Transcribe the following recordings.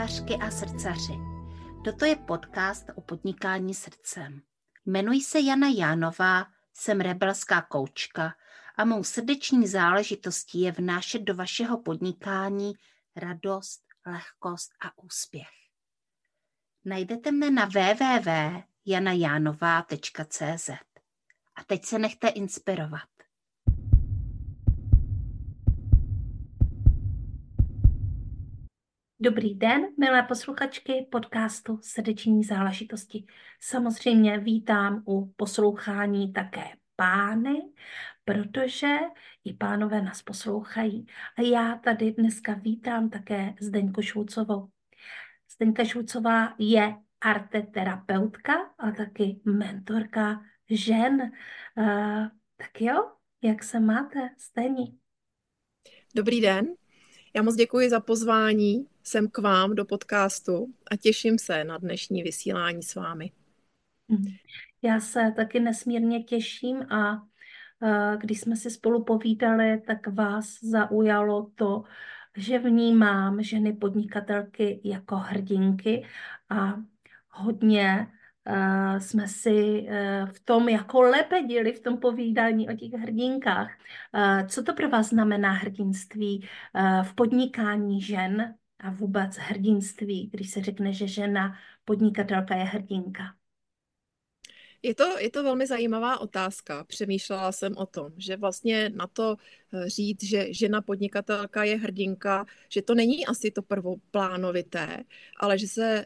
srdcařky a srdcaři. Toto je podcast o podnikání srdcem. Jmenuji se Jana Jánová, jsem rebelská koučka a mou srdeční záležitostí je vnášet do vašeho podnikání radost, lehkost a úspěch. Najdete mne na www.janajanova.cz. A teď se nechte inspirovat. Dobrý den, milé posluchačky podcastu Srdeční záležitosti. Samozřejmě vítám u poslouchání také pány, protože i pánové nás poslouchají. A já tady dneska vítám také Zdeňku Švůcovou. Zdeňka Švůcová je arteterapeutka a taky mentorka žen. Tak jo, jak se máte, Zdeni? Dobrý den, já moc děkuji za pozvání sem k vám do podcastu a těším se na dnešní vysílání s vámi. Já se taky nesmírně těším a když jsme si spolu povídali, tak vás zaujalo to, že vnímám ženy podnikatelky jako hrdinky a hodně jsme si v tom jako lepedili v tom povídání o těch hrdinkách. Co to pro vás znamená hrdinství v podnikání žen a vůbec hrdinství, když se řekne, že žena podnikatelka je hrdinka? Je to velmi zajímavá otázka. Přemýšlela jsem o tom, že vlastně na to říct, že žena podnikatelka je hrdinka, že to není asi to prvoplánovité, ale že se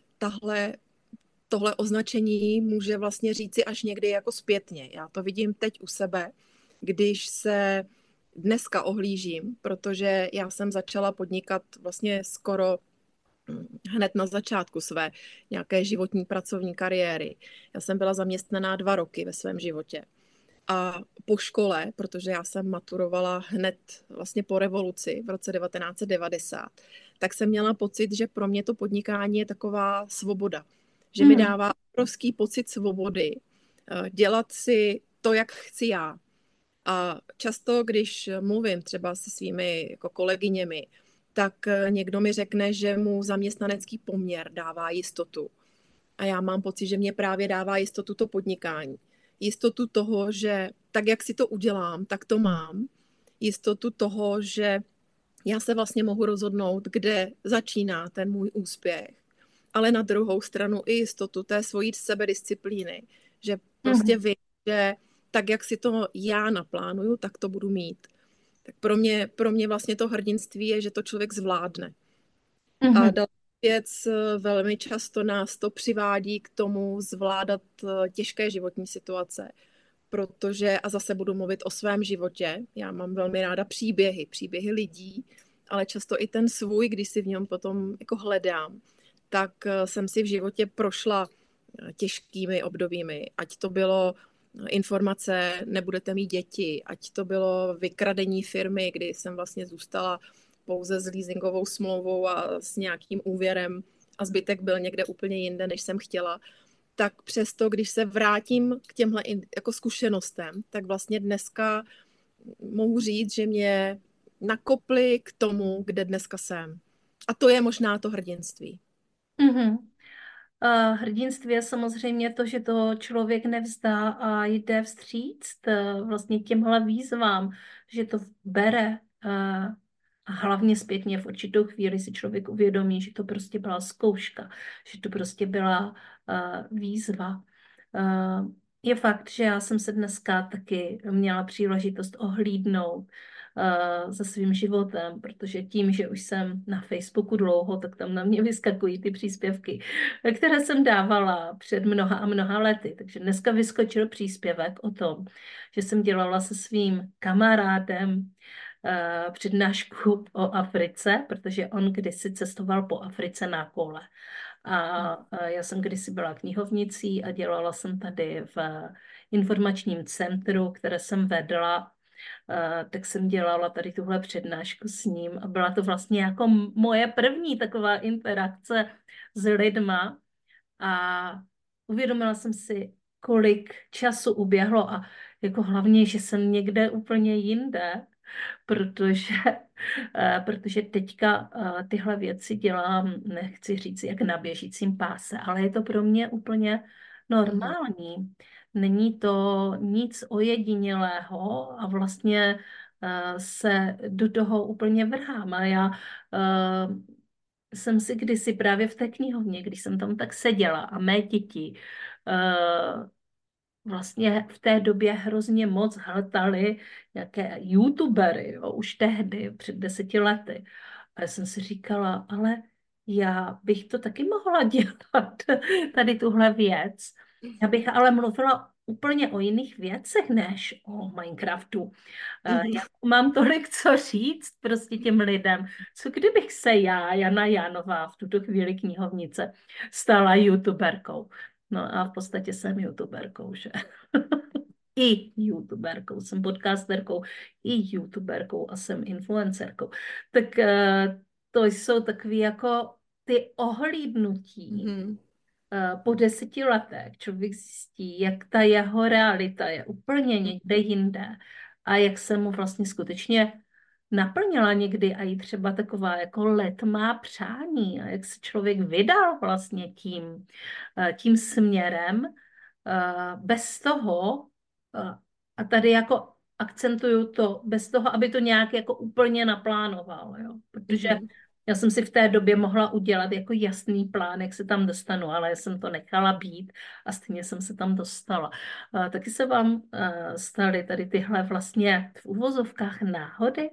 tohle označení může vlastně říci až někdy jako zpětně. Já to vidím teď u sebe, když se dneska ohlížím, protože já jsem začala podnikat vlastně skoro hned na začátku své nějaké životní pracovní kariéry. Já jsem byla zaměstnaná 2 roky ve svém životě. A po škole, protože já jsem maturovala hned vlastně po revoluci v roce 1990, tak jsem měla pocit, že pro mě to podnikání je taková svoboda. Že mi dává obrovský pocit svobody dělat si to, jak chci já. A často, když mluvím třeba se svými jako kolegyněmi, tak někdo mi řekne, že mu zaměstnanecký poměr dává jistotu. A já mám pocit, že mě právě dává jistotu to podnikání. Jistotu toho, že tak, jak si to udělám, tak to mám. Jistotu toho, že já se vlastně mohu rozhodnout, kde začíná ten můj úspěch. Ale na druhou stranu i jistotu té svojí sebedisciplíny, že prostě vím, že tak, jak si to já naplánuju, tak to budu mít. Tak pro mě vlastně to hrdinství je, že to člověk zvládne. A další věc, velmi často nás to přivádí k tomu zvládat těžké životní situace, protože, a zase budu mluvit o svém životě, já mám velmi ráda příběhy lidí, ale často i ten svůj, když si v něm potom jako hledám, tak jsem si v životě prošla těžkými obdobími, ať to bylo informace, nebudete mít děti, ať to bylo vykradení firmy, kdy jsem vlastně zůstala pouze s leasingovou smlouvou a s nějakým úvěrem a zbytek byl někde úplně jinde, než jsem chtěla, tak přesto, když se vrátím k těmhle jako zkušenostem, tak vlastně dneska mohu říct, že mě nakopli k tomu, kde dneska jsem. A to je možná to hrdinství. Hrdinství je samozřejmě to, že to člověk nevzdá a jde vstříct vlastně těmhle výzvám, že to bere a hlavně zpětně v určitou chvíli si člověk uvědomí, že to prostě byla zkouška, že to prostě byla výzva. Je fakt, že já jsem se dneska taky měla příležitost ohlídnout za svým životem, protože tím, že už jsem na Facebooku dlouho, tak tam na mě vyskakují ty příspěvky, které jsem dávala před mnoha a mnoha lety. Takže dneska vyskočil příspěvek o tom, že jsem dělala se svým kamarádem přednášku o Africe, protože on kdysi cestoval po Africe na kole. A já jsem kdysi byla knihovnicí a dělala jsem tady v informačním centru, které jsem vedla, tak jsem dělala tady tuhle přednášku s ním a byla to vlastně jako moje první taková interakce s lidma a uvědomila jsem si, kolik času uběhlo a jako hlavně, že jsem někde úplně jinde protože, protože teďka tyhle věci dělám, nechci říct, jak na běžícím páse, ale je to pro mě úplně Mhm. normální. Není to nic ojedinělého a vlastně se do toho úplně vrhám. A já jsem si kdysi právě v té knihovně, když jsem tam tak seděla a mé děti vlastně v té době hrozně moc hltali nějaké youtubery, jo, už tehdy, před 10 lety. A já jsem si říkala, ale já bych to taky mohla dělat, tady tuhle věc. Já bych ale mluvila úplně o jiných věcech, než o Minecraftu. Mhm. Já mám tolik co říct prostě těm lidem. Co kdybych se já, Jana Jánová, v tuto chvíli knihovnice, stala youtuberkou? No a v podstatě jsem youtuberkou, že? I youtuberkou, jsem podcasterkou, i youtuberkou a jsem influencerkou. Tak to jsou takové jako ty ohlídnutí. Mhm. Po 10 letech člověk zjistí, jak ta jeho realita je úplně někde jinde a jak se mu vlastně skutečně naplnila někdy a i třeba taková jako letmá přání a jak se člověk vydal vlastně tím směrem bez toho, eh, a tady jako akcentuju to, bez toho, aby to nějak jako úplně naplánoval, jo? Protože Mhm. já jsem si v té době mohla udělat jako jasný plán, jak se tam dostanu, ale já jsem to nechala být a stejně jsem se tam dostala. Taky se vám staly tady tyhle vlastně v uvozovkách náhody?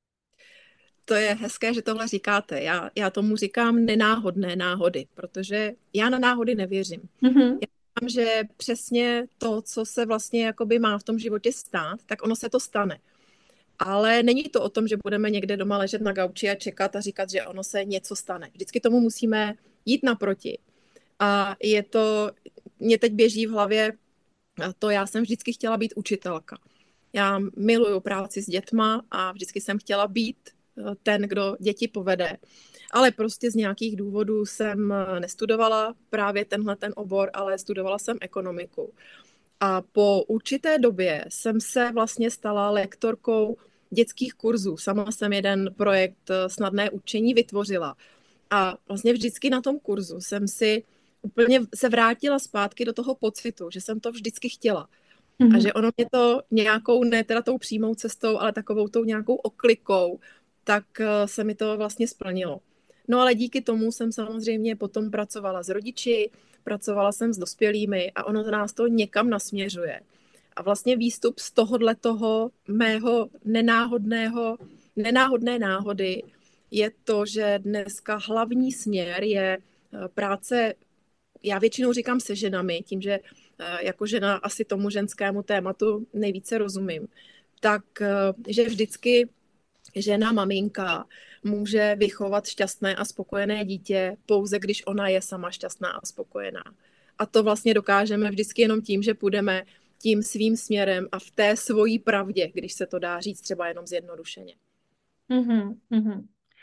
To je hezké, že tohle říkáte. Já tomu říkám nenáhodné náhody, protože já na náhody nevěřím. Mhm, Já říkám, že přesně to, co se vlastně jakoby má v tom životě stát, tak ono se to stane. Ale není to o tom, že budeme někde doma ležet na gauči a čekat a říkat, že ono se něco stane. Vždycky tomu musíme jít naproti. A je to, mě teď běží v hlavě to, já jsem vždycky chtěla být učitelka. Já miluju práci s dětma a vždycky jsem chtěla být ten, kdo děti povede. Ale prostě z nějakých důvodů jsem nestudovala právě tenhle ten obor, ale studovala jsem ekonomiku. A po určité době jsem se vlastně stala lektorkou dětských kurzů. Sama jsem jeden projekt Snadné učení vytvořila. A vlastně vždycky na tom kurzu jsem si úplně se vrátila zpátky do toho pocitu, že jsem to vždycky chtěla. A mhm, že ono mě to nějakou, ne teda tou přímou cestou, ale takovou tou nějakou oklikou, tak se mi to vlastně splnilo. No ale díky tomu jsem samozřejmě potom pracovala s rodiči, pracovala jsem s dospělými a ono nás to někam nasměřuje. A vlastně výstup z tohohle toho mého nenáhodné náhody je to, že dneska hlavní směr je práce, já většinou říkám se ženami, tím, že jako žena asi tomu ženskému tématu nejvíce rozumím, tak že vždycky žena, maminka může vychovat šťastné a spokojené dítě pouze, když ona je sama šťastná a spokojená. A to vlastně dokážeme vždycky jenom tím, že půjdeme tím svým směrem a v té svojí pravdě, když se to dá říct třeba jenom zjednodušeně. mhm, mhm.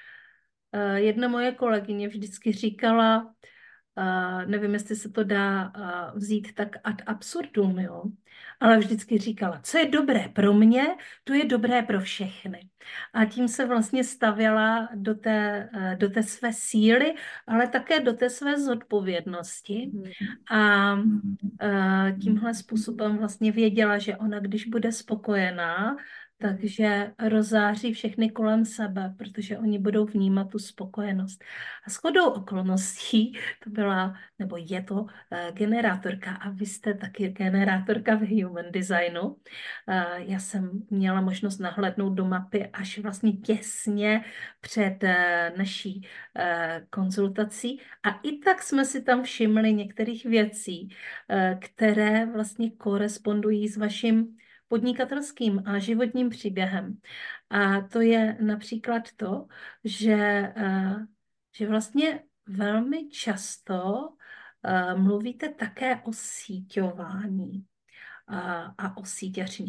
Jedna moje kolegyně vždycky říkala, nevím, jestli se to dá vzít tak ad absurdum, jo, ale vždycky říkala, co je dobré pro mě, to je dobré pro všechny. A tím se vlastně stavěla do té své síly, ale také do té své zodpovědnosti. A tímhle způsobem vlastně věděla, že ona, když bude spokojená, takže rozáří všechny kolem sebe, protože oni budou vnímat tu spokojenost. A shodou okolností to byla, nebo je to generátorka a vy jste taky generátorka v Human Designu. Já jsem měla možnost nahlédnout do mapy až vlastně těsně před naší konzultací a i tak jsme si tam všimli některých věcí, které vlastně korespondují s vaším podnikatelským a životním příběhem. A to je například to, že vlastně velmi často mluvíte také o síťování a o síťařině.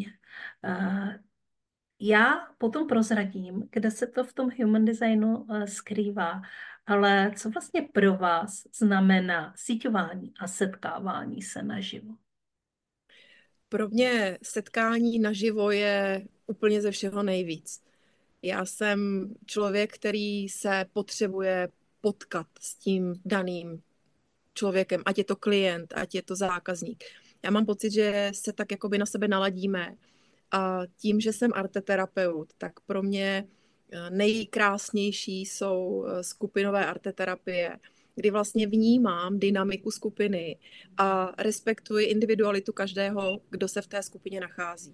Já potom prozradím, kde se to v tom human designu skrývá, ale co vlastně pro vás znamená síťování a setkávání se naživo? Pro mě setkání naživo je úplně ze všeho nejvíc. Já jsem člověk, který se potřebuje potkat s tím daným člověkem, ať je to klient, ať je to zákazník. Já mám pocit, že se tak jakoby na sebe naladíme. A tím, že jsem arteterapeut, tak pro mě nejkrásnější jsou skupinové arteterapie, kdy vlastně vnímám dynamiku skupiny a respektuji individualitu každého, kdo se v té skupině nachází.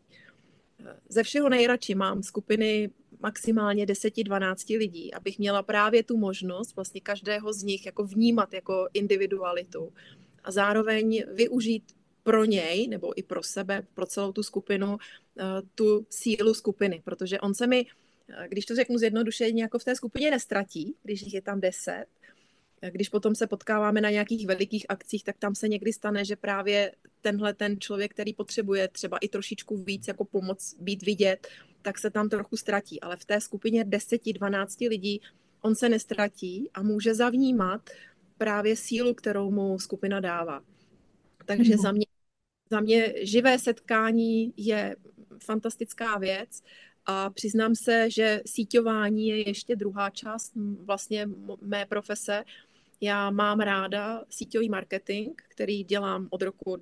Ze všeho nejradši mám skupiny maximálně 10-12 lidí, abych měla právě tu možnost vlastně každého z nich jako vnímat jako individualitu a zároveň využít pro něj nebo i pro sebe, pro celou tu skupinu, tu sílu skupiny, protože on se mi, když to řeknu zjednodušeně, jako v té skupině nestratí, když jich je tam 10. Když potom se potkáváme na nějakých velikých akcích, tak tam se někdy stane, že právě tenhle ten člověk, který potřebuje třeba i trošičku víc jako pomoc být vidět, tak se tam trochu ztratí. Ale v té skupině 10-12 lidí on se nestratí a může zavnímat právě sílu, kterou mu skupina dává. Takže za mě živé setkání je fantastická věc a přiznám se, že síťování je ještě druhá část vlastně mé profese. Já mám ráda síťový marketing, který dělám od roku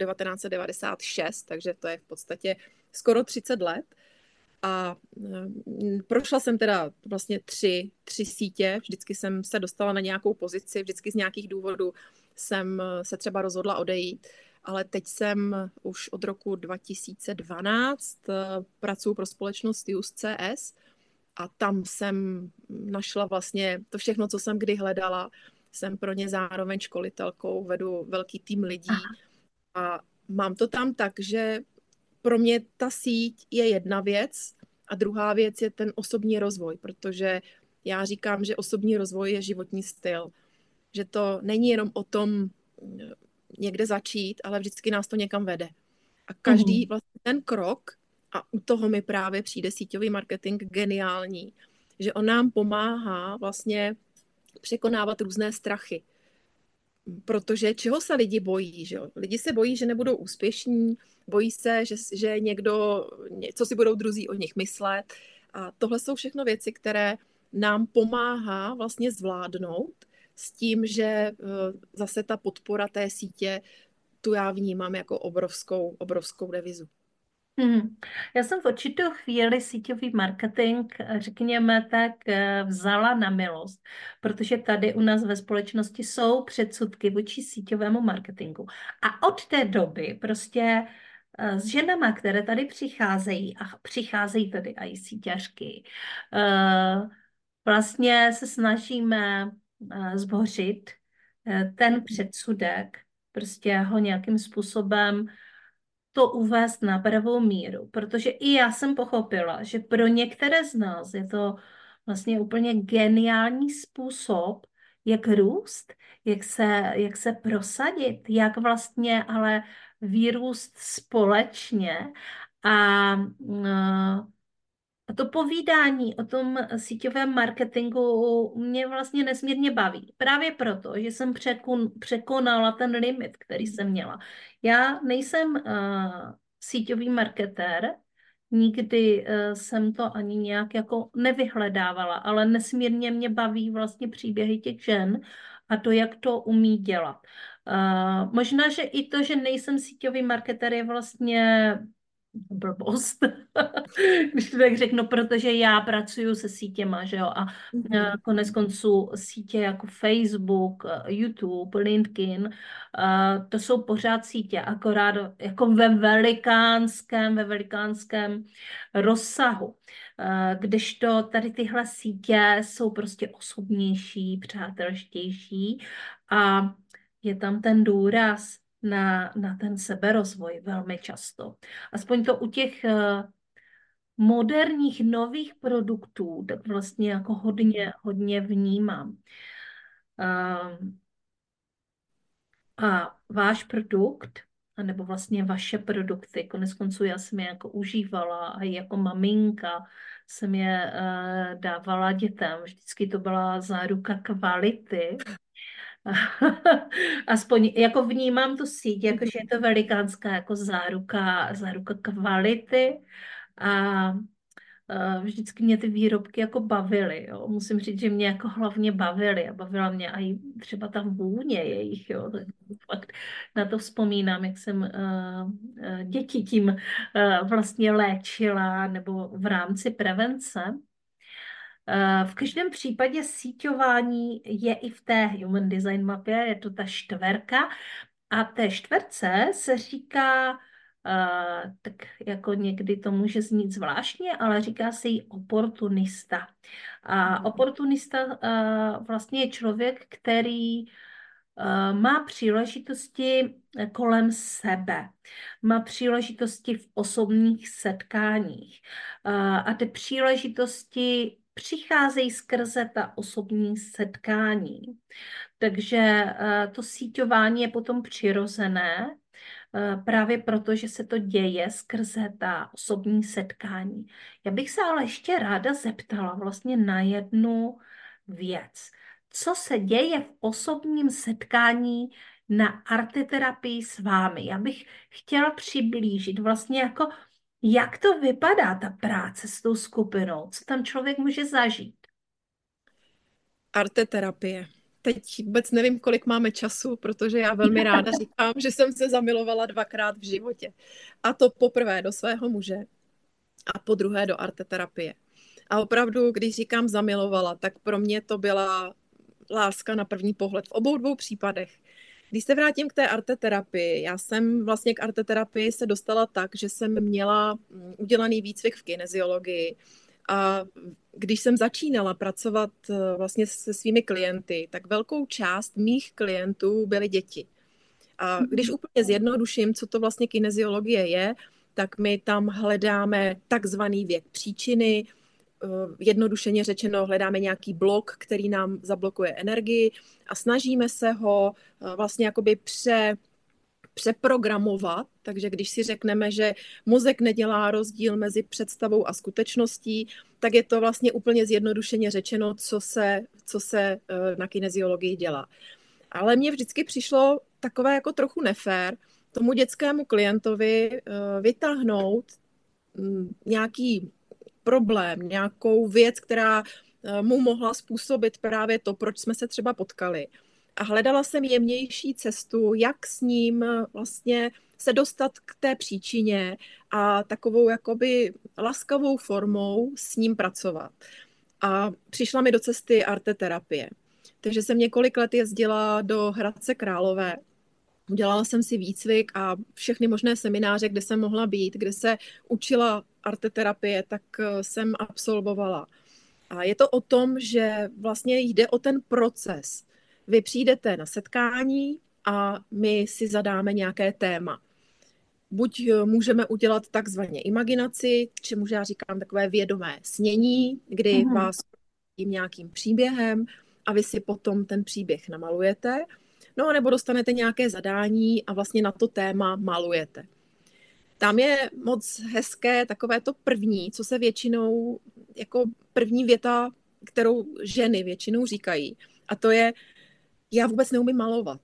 1996, takže to je v podstatě skoro 30 let. A prošla jsem teda vlastně tři sítě, vždycky jsem se dostala na nějakou pozici, vždycky z nějakých důvodů jsem se třeba rozhodla odejít, ale teď jsem už od roku 2012 pracuji pro společnost Just CS a tam jsem našla vlastně to všechno, co jsem kdy hledala. Jsem pro ně zároveň školitelkou, vedu velký tým lidí a mám to tam tak, že pro mě ta síť je jedna věc a druhá věc je ten osobní rozvoj, protože já říkám, že osobní rozvoj je životní styl. Že to není jenom o tom někde začít, ale vždycky nás to někam vede. A každý vlastně ten krok, a u toho mi právě přijde síťový marketing geniální, že on nám pomáhá vlastně překonávat různé strachy. Protože čeho se lidi bojí? Že jo? Lidi se bojí, že nebudou úspěšní, bojí se, že někdo, co si budou druzí o nich myslet. A tohle jsou všechno věci, které nám pomáhá vlastně zvládnout s tím, že zase ta podpora té sítě, tu já vnímám jako obrovskou devizu. Já jsem v určitou chvíli síťový marketing, řekněme tak, vzala na milost, protože tady u nás ve společnosti jsou předsudky vůči síťovému marketingu. A od té doby prostě s ženama, které tady přicházejí, a přicházejí tady i síťařky, vlastně se snažíme zbořit ten předsudek, prostě ho nějakým způsobem to uvést na pravou míru, protože i já jsem pochopila, že pro některé z nás je to vlastně úplně geniální způsob, jak růst, jak se prosadit, jak vlastně ale vyrůst společně a a to povídání o tom síťovém marketingu mě vlastně nesmírně baví. Právě proto, že jsem překonala ten limit, který jsem měla. Já nejsem síťový marketér, nikdy jsem to ani nějak jako nevyhledávala, ale nesmírně mě baví vlastně příběhy těch žen a to, jak to umí dělat. Možná, že i to, že nejsem síťový marketér, je vlastně blbost, když to tak řeknu, protože já pracuji se sítěma, že jo, a konec konců sítě jako Facebook, YouTube, LinkedIn, to jsou pořád sítě, akorát jako ve velikánském rozsahu. Kdežto tady tyhle sítě jsou prostě osobnější, přátelštější a je tam ten důraz na ten seberozvoj velmi často. Aspoň to u těch moderních nových produktů, tak vlastně jako hodně vnímám. A váš produkt, nebo vlastně vaše produkty, konec konců já jsem je jako užívala a i jako maminka jsem je dávala dětem. Vždycky to byla záruka kvality. Aspoň jako vnímám tu síť, jakože je to velikánská jako záruka kvality a vždycky mě ty výrobky jako bavily, jo. Musím říct, že mě jako hlavně bavily a bavila mě i třeba ta vůně jejich, jo. Tak fakt na to vzpomínám, jak jsem děti tím vlastně léčila nebo v rámci prevence. V každém případě síťování je i v té Human Design mapě, je to ta čtverka a té čtverce se říká, tak jako někdy to může znít zvláštně, ale říká se jí oportunista. A oportunista vlastně je člověk, který má příležitosti kolem sebe, má příležitosti v osobních setkáních a ty příležitosti přicházejí skrze ta osobní setkání. Takže to síťování je potom přirozené, právě proto, že se to děje skrze ta osobní setkání. Já bych se ale ještě ráda zeptala vlastně na jednu věc. Co se děje v osobním setkání na arteterapii s vámi? Já bych chtěla přiblížit vlastně jako, jak to vypadá ta práce s tou skupinou, co tam člověk může zažít. Arteterapie. Teď vůbec nevím, kolik máme času, protože já velmi ráda říkám, že jsem se zamilovala 2krát v životě. A to poprvé do svého muže a po druhé do arteterapie. A opravdu, když říkám zamilovala, tak pro mě to byla láska na první pohled v obou dvou případech. Když se vrátím k té arteterapii, já jsem vlastně k arteterapii se dostala tak, že jsem měla udělaný výcvik v kineziologii a když jsem začínala pracovat vlastně se svými klienty, tak velkou část mých klientů byly děti. A když úplně zjednoduším, co to vlastně kineziologie je, tak my tam hledáme takzvaný věk příčiny, jednodušeně řečeno hledáme nějaký blok, který nám zablokuje energii a snažíme se ho vlastně jakoby přeprogramovat, takže když si řekneme, že mozek nedělá rozdíl mezi představou a skutečností, tak je to vlastně úplně zjednodušeně řečeno, co se na kineziologii dělá. Ale mně vždycky přišlo takové jako trochu nefér tomu dětskému klientovi vytáhnout nějaký problém, nějakou věc, která mu mohla způsobit právě to, proč jsme se třeba potkali. A hledala jsem jemnější cestu, jak s ním vlastně se dostat k té příčině a takovou jakoby laskavou formou s ním pracovat. A přišla mi do cesty arteterapie. Takže jsem několik let jezdila do Hradce Králové. Udělala jsem si výcvik a všechny možné semináře, kde jsem mohla být, kde se učila arteterapie, tak jsem absolvovala. A je to o tom, že vlastně jde o ten proces. Vy přijdete na setkání a my si zadáme nějaké téma. Buď můžeme udělat takzvaně imaginaci, čemu já říkám takové vědomé snění, kdy vás tím nějakým příběhem a vy si potom ten příběh namalujete, no nebo dostanete nějaké zadání a vlastně na to téma malujete. Tam je moc hezké takové to první, co se většinou, jako první věta, kterou ženy většinou říkají, a to je, já vůbec neumím malovat.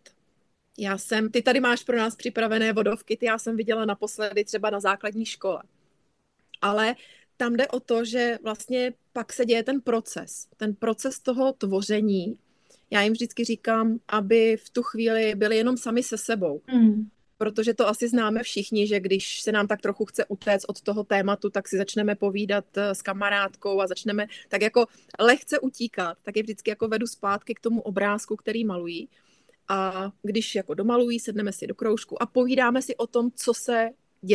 Ty tady máš pro nás připravené vodovky, ty já jsem viděla naposledy třeba na základní škole. Ale tam jde o to, že vlastně pak se děje ten proces toho tvoření. Já jim vždycky říkám, aby v tu chvíli byli jenom sami se sebou. Protože to asi známe všichni, že když se nám tak trochu chce utéct od toho tématu, tak si začneme povídat s kamarádkou a začneme tak jako lehce utíkat, tak je vždycky jako vedu zpátky k tomu obrázku, který malují. A když jako domalují, sedneme si do kroužku a povídáme si o tom, co se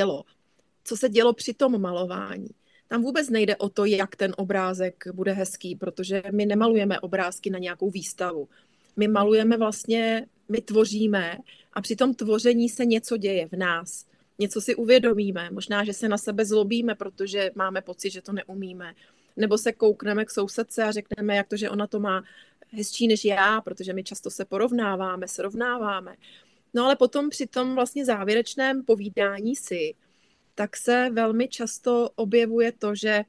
dělo při tom malování. Tam vůbec nejde o to, jak ten obrázek bude hezký, protože my nemalujeme obrázky na nějakou výstavu. My malujeme vlastně, my tvoříme a při tom tvoření se něco děje v nás. Něco si uvědomíme, možná, že se na sebe zlobíme, protože máme pocit, že to neumíme. Nebo se koukneme k sousedce a řekneme, jak to, že ona to má hezčí než já, protože my často se porovnáváme, srovnáváme. No ale potom při tom vlastně závěrečném povídání si, tak se velmi často objevuje to, že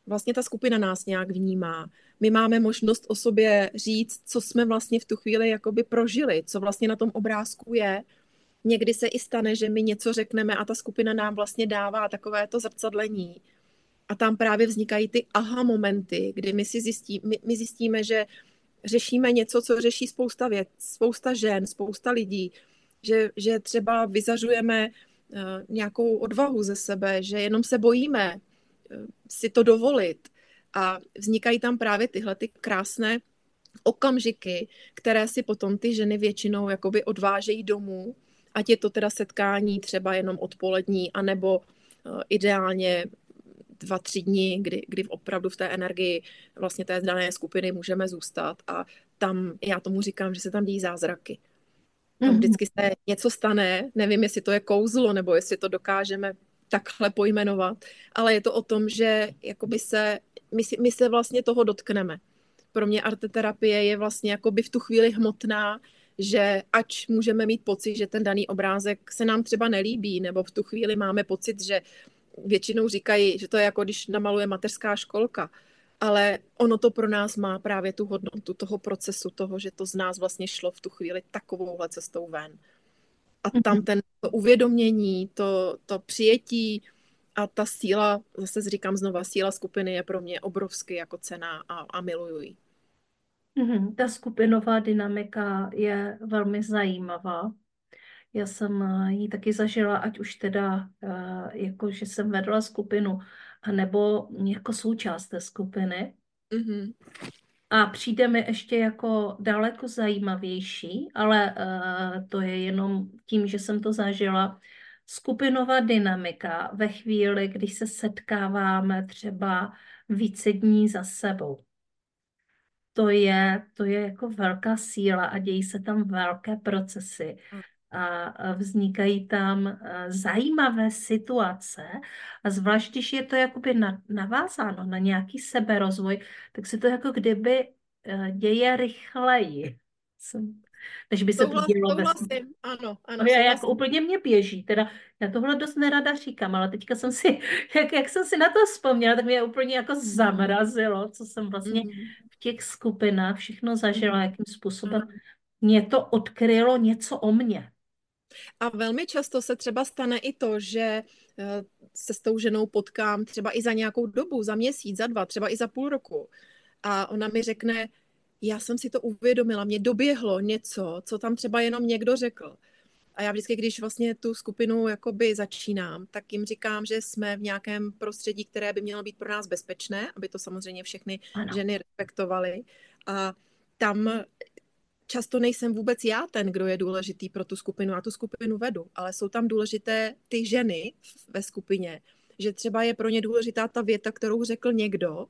vlastně ta skupina nás nějak vnímá. My máme možnost o sobě říct, co jsme vlastně v tu chvíli jakoby prožili, co vlastně na tom obrázku je. Někdy se i stane, že my něco řekneme a ta skupina nám vlastně dává takové to zrcadlení. A tam právě vznikají ty aha momenty, kdy my zjistíme, že řešíme něco, co řeší spousta věc, spousta žen, spousta lidí, že třeba vyzařujeme nějakou odvahu ze sebe, že jenom se bojíme si to dovolit. A vznikají tam právě tyhle ty krásné okamžiky, které si potom ty ženy většinou jakoby odvážejí domů, ať je to teda setkání třeba jenom odpolední, anebo ideálně 2, 3 dny, kdy opravdu v té energii vlastně té dané skupiny můžeme zůstat a tam, já tomu říkám, že se tam dějí zázraky. Tam Mhm. vždycky se něco stane, nevím, jestli to je kouzlo, nebo jestli to dokážeme takhle pojmenovat, ale je to o tom, že jakoby my se vlastně toho dotkneme. Pro mě arteterapie je vlastně jakoby v tu chvíli hmotná, že ač můžeme mít pocit, že ten daný obrázek se nám třeba nelíbí, nebo v tu chvíli máme pocit, že většinou říkají, že to je jako když namaluje mateřská školka, ale ono to pro nás má právě tu hodnotu toho procesu, toho, že to z nás vlastně šlo v tu chvíli takovouhle cestou ven. A tam to uvědomění, to přijetí a ta síla, zase říkám znova, síla skupiny je pro mě obrovsky jako cenná a miluju ji. Ta skupinová dynamika je velmi zajímavá. Já jsem ji taky zažila, ať už teda jako, že jsem vedla skupinu, anebo jako součást té skupiny. Mm-hmm. A přijde mi ještě jako daleko zajímavější, ale to je jenom tím, že jsem to zažila. Skupinová dynamika ve chvíli, když se setkáváme třeba více dní za sebou. To je jako velká síla a dějí se tam velké procesy a vznikají tam zajímavé situace a zvlášť, když je to jakoby navázáno na nějaký seberozvoj, tak se to jako kdyby děje rychleji, než by se to dělo ve Souhlasím, ano, to ano, je jako souhlasím. úplně mě běží, teda já tohle dost nerada říkám, ale teďka jsem si, jak jsem si na to vzpomněla, tak mě úplně jako zamrazilo, co jsem vlastně Mm-hmm. v těch skupinách všechno zažila, Mm-hmm. jakým způsobem Ano. mě to odkrylo něco o mně. A velmi často se třeba stane i to, že se s tou ženou potkám třeba i za nějakou dobu, za měsíc, za 2, třeba i za půl roku. A ona mi řekne, já jsem si to uvědomila, mě doběhlo něco, co tam třeba jenom někdo řekl. A já vždycky, když vlastně tu skupinu jakoby začínám, tak jim říkám, že jsme v nějakém prostředí, které by mělo být pro nás bezpečné, aby to samozřejmě všechny Ano. ženy respektovaly. A tam často nejsem vůbec já ten, kdo je důležitý pro tu skupinu. Já tu skupinu vedu, ale jsou tam důležité ty ženy ve skupině, že třeba je pro ně důležitá ta věta, kterou řekl někdo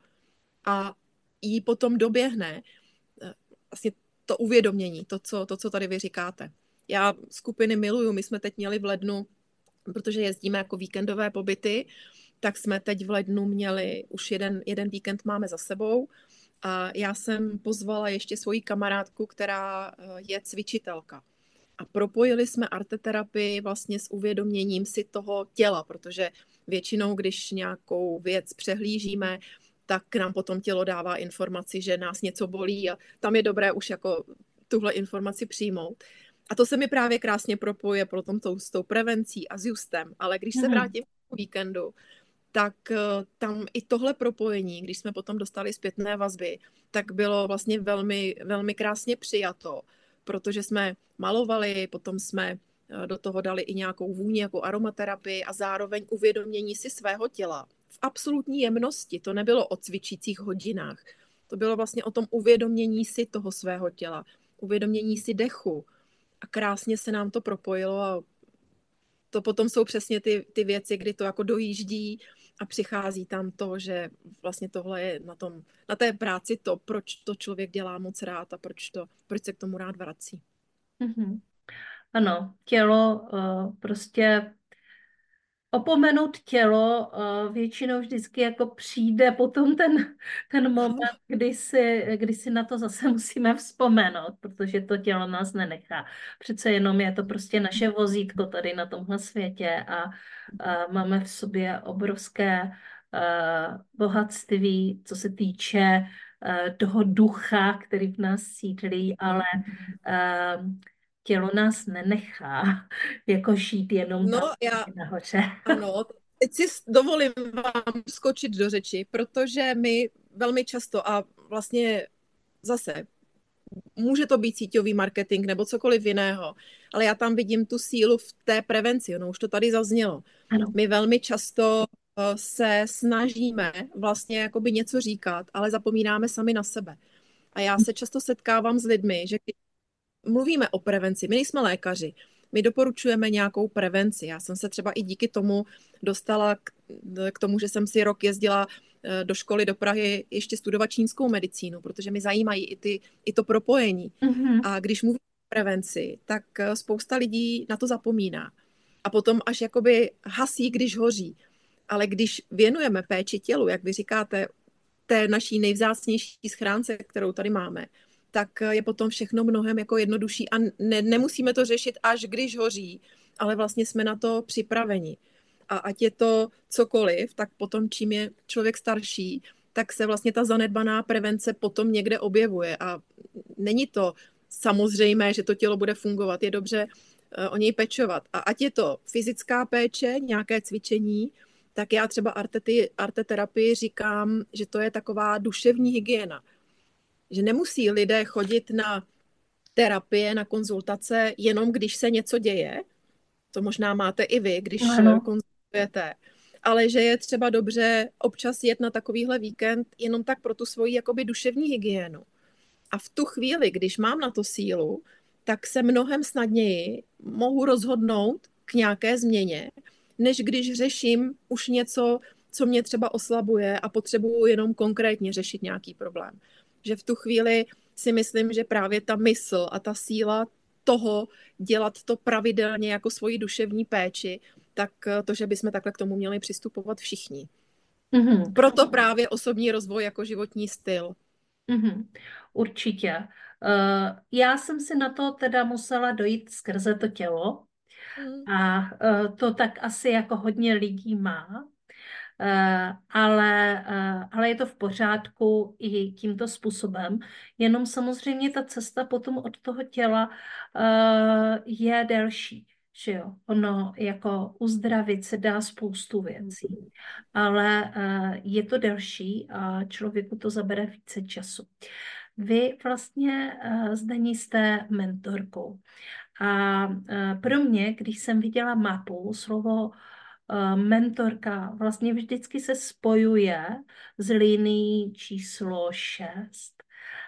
a jí potom doběhne vlastně to uvědomění, to, co tady vy říkáte. Já skupiny miluju, my jsme teď měli v lednu, protože jezdíme jako víkendové pobyty, tak jsme teď v lednu měli, už jeden víkend máme za sebou a já jsem pozvala ještě svoji kamarádku, která je cvičitelka. A propojili jsme arteterapii vlastně s uvědoměním si toho těla, protože většinou, když nějakou věc přehlížíme, tak nám potom tělo dává informaci, že nás něco bolí a tam je dobré už jako tuhle informaci přijmout. A to se mi právě krásně propoje potom s tou prevencí a s justem. Ale když se Mhm. vrátím k víkendu, tak tam i tohle propojení, když jsme potom dostali zpětné vazby, tak bylo vlastně velmi, velmi krásně přijato, protože jsme malovali, potom jsme do toho dali i nějakou vůni, jako aromaterapii a zároveň uvědomění si svého těla v absolutní jemnosti. To nebylo o cvičících hodinách. To bylo vlastně o tom uvědomění si toho svého těla, uvědomění si dechu. A krásně se nám to propojilo a to potom jsou přesně ty věci, kdy to jako dojíždí a přichází tam to, že vlastně tohle je na té práci to, proč to člověk dělá moc rád a proč se k tomu rád vrací. Mhm. Ano, tělo prostě opomenout tělo většinou vždycky jako přijde potom ten moment, kdy si na to zase musíme vzpomenout, protože to tělo nás nenechá. Přece jenom je to prostě naše vozítko tady na tomhle světě a máme v sobě obrovské bohatství, co se týče toho ducha, který v nás sídlí, ale eh, tělo nás nenechá jako žít jenom No, tam já nahoře. ano, teď si dovolím vám skočit do řeči, protože my velmi často a vlastně zase může to být síťový marketing nebo cokoliv jiného, ale já tam vidím tu sílu v té prevenci, no už to tady zaznělo. Ano. My velmi často se snažíme vlastně jakoby něco říkat, ale zapomínáme sami na sebe. A já se často setkávám s lidmi, že když mluvíme o prevenci, my nejsme lékaři, my doporučujeme nějakou prevenci. Já jsem se třeba i díky tomu dostala k tomu, že jsem si rok jezdila do školy do Prahy ještě studovat čínskou medicínu, protože mi zajímají i to propojení. Mhm. A když mluvím o prevenci, tak spousta lidí na to zapomíná. A potom až jakoby hasí, když hoří. Ale když věnujeme péči tělu, jak vy říkáte, té naší nejvzácnější schránce, kterou tady máme, tak je potom všechno mnohem jako jednodušší a nemusíme to řešit až když hoří, ale vlastně jsme na to připraveni. A ať je to cokoliv, tak potom čím je člověk starší, tak se vlastně ta zanedbaná prevence potom někde objevuje a není to samozřejmé, že to tělo bude fungovat. Je dobře o něj pečovat. A ať je to fyzická péče, nějaké cvičení, tak já třeba arteterapii říkám, že to je taková duševní hygiena. Že nemusí lidé chodit na terapie, na konzultace, jenom když se něco děje. To možná máte i vy, když Ano. konzultujete. Ale že je třeba dobře občas jet na takovýhle víkend jenom tak pro tu svoji jakoby duševní hygienu. A v tu chvíli, když mám na to sílu, tak se mnohem snadněji mohu rozhodnout k nějaké změně, než když řeším už něco, co mě třeba oslabuje a potřebuju jenom konkrétně řešit nějaký problém. Že v tu chvíli si myslím, že právě ta mysl a ta síla toho dělat to pravidelně jako svoji duševní péči, tak to, že bychom takhle k tomu měli přistupovat všichni. Mhm. Proto právě osobní rozvoj jako životní styl. Mhm. Určitě. Já jsem si na to teda musela dojít skrze to tělo Mm. a to tak asi jako hodně lidí má. Ale je to v pořádku i tímto způsobem. Jenom samozřejmě ta cesta potom od toho těla je delší. Že jo? Ono jako uzdravit se dá spoustu věcí, ale je to delší a člověku to zabere více času. Vy vlastně Zdení jste mentorkou. A pro mě, když jsem viděla mapu, slovo mentorka vlastně vždycky se spojuje s linií číslo 6,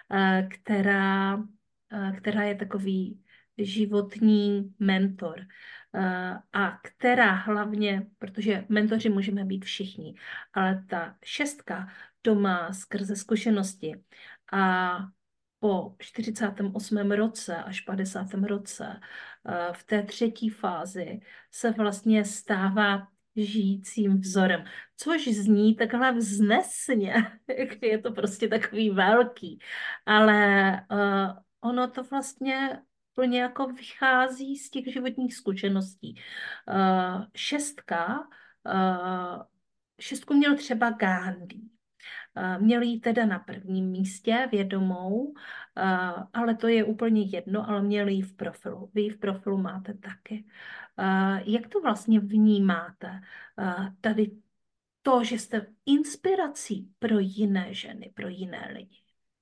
která je takový životní mentor. A která hlavně, protože mentoři můžeme být všichni, ale ta 6 to má skrze zkušenosti. A po 48. roce až 50. roce v té třetí fázi se vlastně stává žijícím vzorem, což zní takhle vznesně, je to prostě takový velký, ale ono to vlastně plně jako vychází z těch životních zkušeností. Šestka, šestku měl třeba Gandhi. Měl ji teda na prvním místě vědomou, ale to je úplně jedno, ale měl ji v profilu. Vy ji v profilu máte taky. Jak to vlastně vnímáte? Tady to, že jste inspirací pro jiné ženy, pro jiné lidi.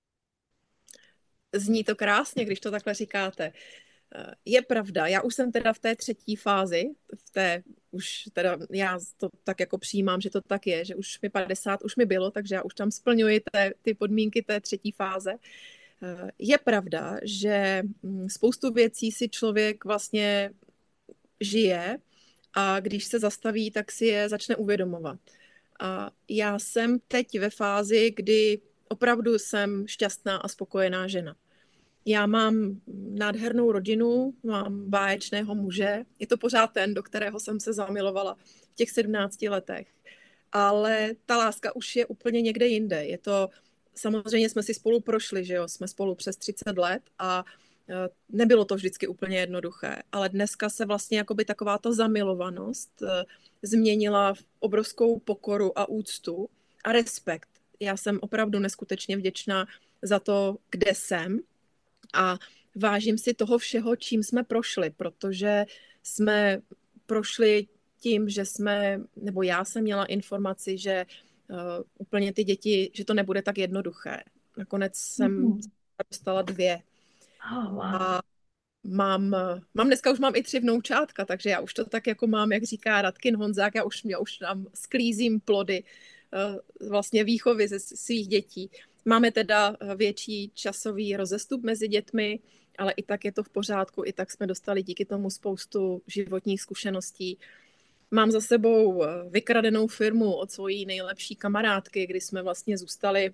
Zní to krásně, když to takhle říkáte. Je pravda, já už jsem teda v té třetí fázi, už teda já to tak jako přijímám, že to tak je, že už mi 50 už mi bylo, takže já už tam splňuji ty podmínky té třetí fáze. Je pravda, že spoustu věcí si člověk vlastně žije a když se zastaví, tak si je začne uvědomovat. A já jsem teď ve fázi, kdy opravdu jsem šťastná a spokojená žena. Já mám nádhernou rodinu, mám báječného muže. Je to pořád ten, do kterého jsem se zamilovala v těch 17 letech. Ale ta láska už je úplně někde jinde. Samozřejmě jsme si spolu prošli, že jo? Jsme spolu přes 30 let a Nebylo to vždycky úplně jednoduché, ale dneska se vlastně jakoby taková ta zamilovanost změnila v obrovskou pokoru a úctu a respekt. Já jsem opravdu neskutečně vděčná za to, kde jsem a vážím si toho všeho, čím jsme prošli, protože jsme prošli tím, že nebo já jsem měla informaci, že úplně ty děti, že to nebude tak jednoduché. Nakonec jsem Mhm. dostala 2. Oh, wow. A dneska už mám i 3 vnoučátka, takže já už to tak jako mám, jak říká Radkin Honzák, já už tam sklízím plody vlastně výchovy ze svých dětí. Máme teda větší časový rozestup mezi dětmi, ale i tak je to v pořádku, i tak jsme dostali díky tomu spoustu životních zkušeností. Mám za sebou vykradenou firmu od svojí nejlepší kamarádky, kdy jsme vlastně zůstali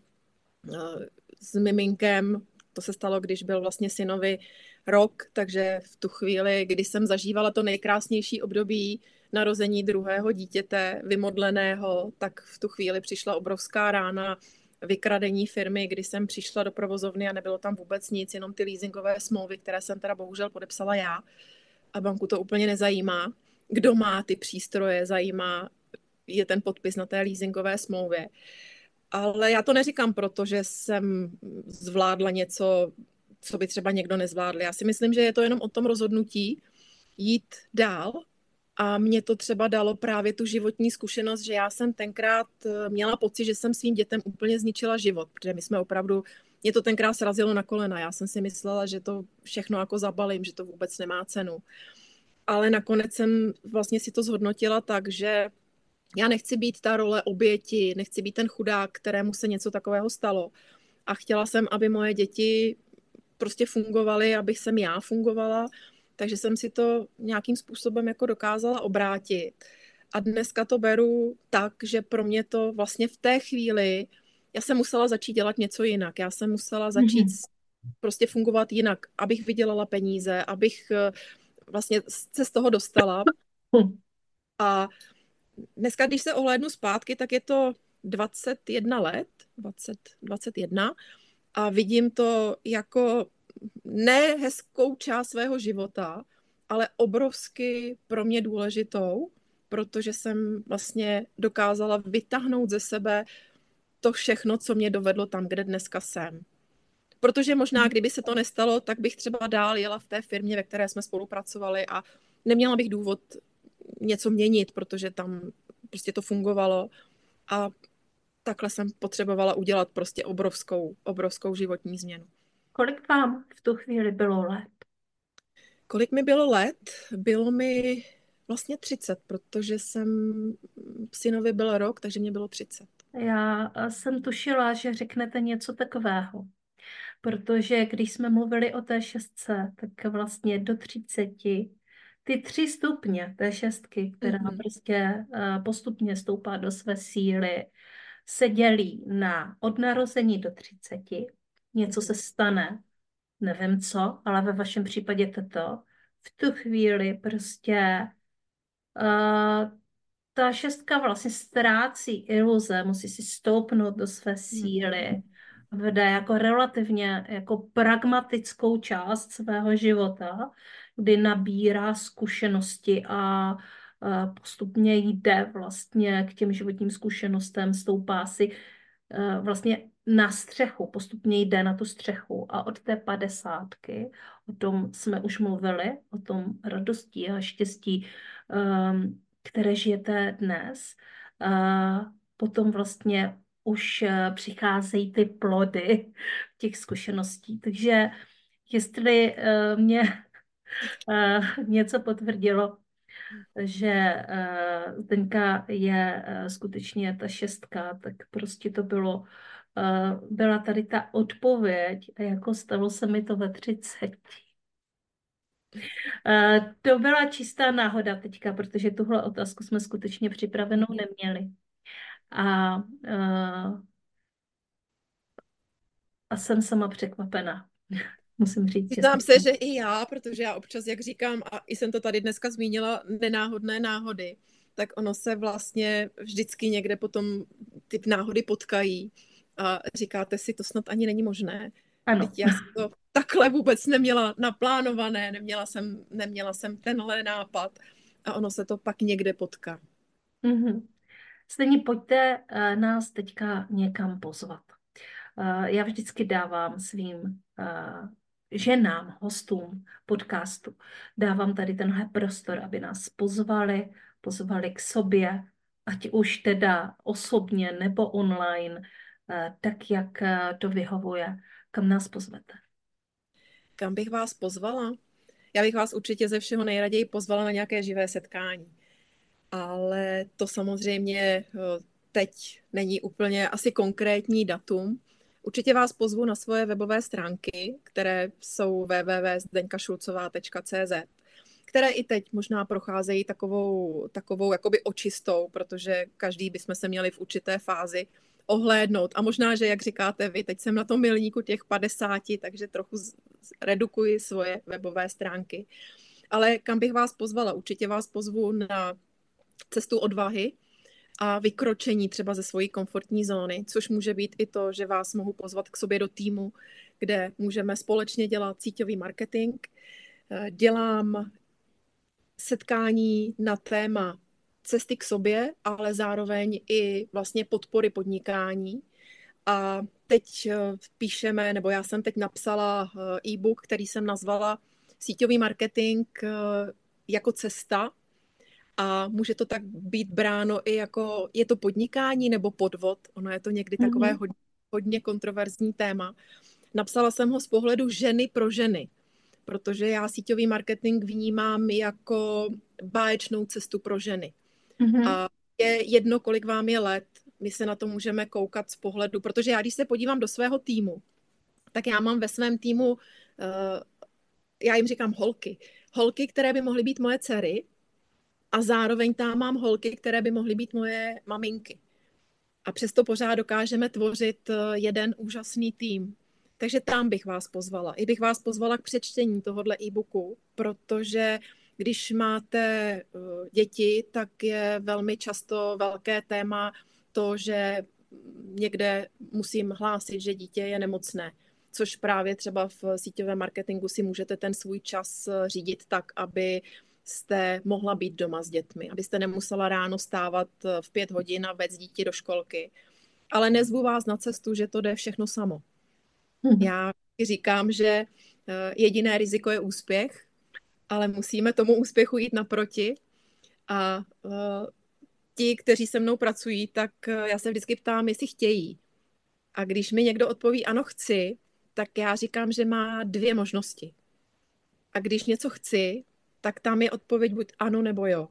s miminkem. To se stalo, když byl vlastně synovi rok, takže v tu chvíli, kdy jsem zažívala to nejkrásnější období narození druhého dítěte, vymodleného, tak v tu chvíli přišla obrovská rána vykradení firmy, kdy jsem přišla do provozovny a nebylo tam vůbec nic, jenom ty leasingové smlouvy, které jsem teda bohužel podepsala já. A banku to úplně nezajímá, kdo má ty přístroje, zajímá je ten podpis na té leasingové smlouvě. Ale já to neříkám proto, že jsem zvládla něco, co by třeba někdo nezvládl. Já si myslím, že je to jenom o tom rozhodnutí jít dál a mě to třeba dalo právě tu životní zkušenost, že já jsem tenkrát měla pocit, že jsem svým dětem úplně zničila život, protože my jsme opravdu, mě to tenkrát srazilo na kolena. Já jsem si myslela, že to všechno jako zabalím, že to vůbec nemá cenu. Ale nakonec jsem vlastně si to zhodnotila tak, že já nechci být ta role oběti, nechci být ten chudák, kterému se něco takového stalo. A chtěla jsem, aby moje děti prostě fungovaly, abych jsem já fungovala, takže jsem si to nějakým způsobem jako dokázala obrátit. A dneska to beru tak, že pro mě to vlastně v té chvíli, já jsem musela začít dělat něco jinak. Já jsem musela začít Mhm. prostě fungovat jinak, abych vydělala peníze, abych vlastně se z toho dostala. A dneska, když se ohlédnu zpátky, tak je to 21 let, 21 a vidím to jako ne hezkou část svého života, ale obrovsky pro mě důležitou, protože jsem vlastně dokázala vytáhnout ze sebe to všechno, co mě dovedlo tam, kde dneska jsem. Protože možná, kdyby se to nestalo, tak bych třeba dál jela v té firmě, ve které jsme spolupracovali a neměla bych důvod něco měnit, protože tam prostě to fungovalo a takhle jsem potřebovala udělat prostě obrovskou životní změnu. Kolik vám v tu chvíli bylo let? Kolik mi bylo let? Bylo mi vlastně 30, protože synovi byl rok, takže mě bylo 30. Já jsem tušila, že řeknete něco takového, protože když jsme mluvili o té šestce, tak vlastně do 30, ty 3 stupně té šestky, která Mhm. prostě postupně stoupá do své síly, se dělí na od narození do 30. Něco se stane, nevím co, ale ve vašem případě toto. V tu chvíli prostě uh, ta šestka vlastně ztrácí iluze, musí si stoupnout do své Mhm. síly, vede jako relativně jako pragmatickou část svého života, kdy nabírá zkušenosti a postupně jde vlastně k těm životním zkušenostem, stoupá si vlastně na střechu, postupně jde na tu střechu a od té 50, o tom jsme už mluvili, o tom radosti a štěstí, které žijete dnes, potom vlastně už přicházejí ty plody těch zkušeností. Takže jestli mě něco potvrdilo, že Zdeňka je skutečně ta šestka, tak prostě to byla tady ta odpověď a jako stalo se mi to ve 30. To byla čistá náhoda teďka, protože tuhle otázku jsme skutečně připravenou neměli. A, uh, a jsem sama překvapená. Musím říct, že jsem. Přiznám se, že i já, protože já občas, jak říkám, a i jsem to tady dneska zmínila, nenáhodné náhody, tak ono se vlastně vždycky někde potom ty náhody potkají a říkáte si, to snad ani není možné. Ano. Teď já jsem to takhle vůbec neměla naplánované, neměla jsem tenhle nápad a ono se to pak někde potká. Mhm. Stejně pojďte nás teďka někam pozvat. Já vždycky dávám svým ženám, hostům podcastu, dávám tady tenhle prostor, aby nás pozvali k sobě, ať už teda osobně nebo online, tak jak to vyhovuje. Kam nás pozvete? Kam bych vás pozvala? Já bych vás určitě ze všeho nejraději pozvala na nějaké živé setkání. Ale to samozřejmě teď není úplně asi konkrétní datum. Určitě vás pozvu na svoje webové stránky, které jsou www.zdeňkašulcová.cz, které i teď možná procházejí takovou jakoby očistou, protože každý bychom se měli v určité fázi ohlédnout. A možná, že jak říkáte vy, teď jsem na tom milníku těch 50, takže trochu redukuji svoje webové stránky. Ale kam bych vás pozvala? Určitě vás pozvu na cestu odvahy a vykročení třeba ze svojí komfortní zóny, což může být i to, že vás mohu pozvat k sobě do týmu, kde můžeme společně dělat síťový marketing. Dělám setkání na téma cesty k sobě, ale zároveň i vlastně podpory podnikání. A teď píšeme, nebo já jsem teď napsala e-book, který jsem nazvala Síťový marketing jako cesta. A může to tak být bráno i jako, je to podnikání nebo podvod, ono je to někdy takové Mhm. hodně kontroverzní téma. Napsala jsem ho z pohledu ženy pro ženy, protože já síťový marketing vnímám jako báječnou cestu pro ženy. Mhm. A je jedno, kolik vám je let, my se na to můžeme koukat z pohledu, protože já, když se podívám do svého týmu, tak já mám ve svém týmu, já jim říkám holky. Holky, které by mohly být moje dcery, a zároveň tam mám holky, které by mohly být moje maminky. A přesto pořád dokážeme tvořit jeden úžasný tým. Takže tam bych vás pozvala. I bych vás pozvala k přečtení tohohle e-booku, protože když máte děti, tak je velmi často velké téma to, že někde musím hlásit, že dítě je nemocné. Což právě třeba v síťovém marketingu si můžete ten svůj čas řídit tak, aby jste mohla být doma s dětmi, abyste nemusela ráno stávat v 5 hodin a vést dítě do školky. Ale nezvu vás na cestu, že to jde všechno samo. Mhm. Já říkám, že jediné riziko je úspěch, ale musíme tomu úspěchu jít naproti a ti, kteří se mnou pracují, tak já se vždycky ptám, jestli chtějí. A když mi někdo odpoví ano, chci, tak já říkám, že má dvě možnosti. A když něco chci, tak tam je odpověď buď ano nebo jo.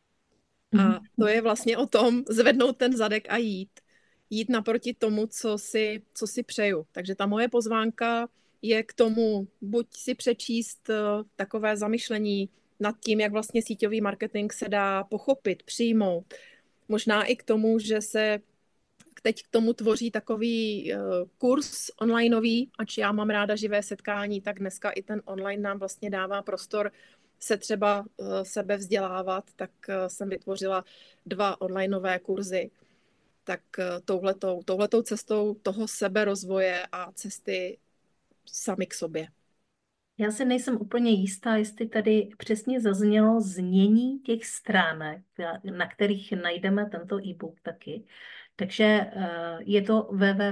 A to je vlastně o tom zvednout ten zadek a jít. Jít naproti tomu, co si přeju. Takže ta moje pozvánka je k tomu buď si přečíst takové zamyšlení nad tím, jak vlastně síťový marketing se dá pochopit, přijmout. Možná i k tomu, že se teď k tomu tvoří takový kurz onlineový, ač já mám ráda živé setkání, tak dneska i ten online nám vlastně dává prostor se třeba sebe vzdělávat, tak jsem vytvořila 2 onlineové kurzy. Tak touhletou cestou toho seberozvoje a cesty sami k sobě. Já si nejsem úplně jistá, jestli tady přesně zaznělo znění těch stránek, na kterých najdeme tento e-book taky. Takže je to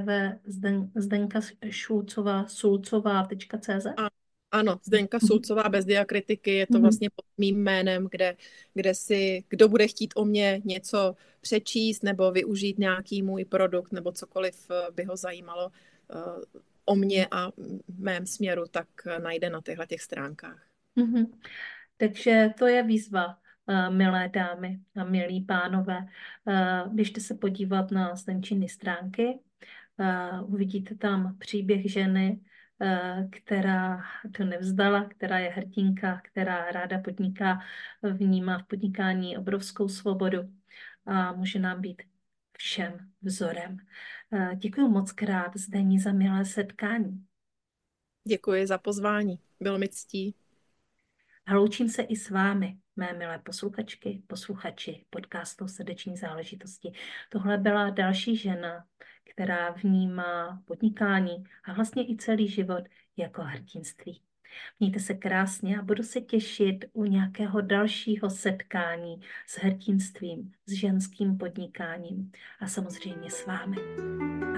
www.zdenkašulcová.cz. A ano, Zdeňka Sulcová bez diakritiky, je to vlastně pod mým jménem, kde si, kdo bude chtít o mě něco přečíst nebo využít nějaký můj produkt nebo cokoliv by ho zajímalo o mě a mém směru, tak najde na těch stránkách. Mhm. Takže to je výzva, milé dámy a milí pánové. Běžte se podívat na Zdenčiny stránky. Uvidíte tam příběh ženy, která to nevzdala, která je hrdinka, která ráda podniká, vnímá v podnikání obrovskou svobodu a může nám být všem vzorem. Děkuji moc krát, Zdení, za milé setkání. Děkuji za pozvání, bylo mi ctí. A loučím se i s vámi, mé milé posluchačky, posluchači podcastu Srdeční záležitosti. Tohle byla další žena, která vnímá podnikání a vlastně i celý život jako hrdinství. Mějte se krásně a budu se těšit u nějakého dalšího setkání s hrdinstvím, s ženským podnikáním a samozřejmě s vámi.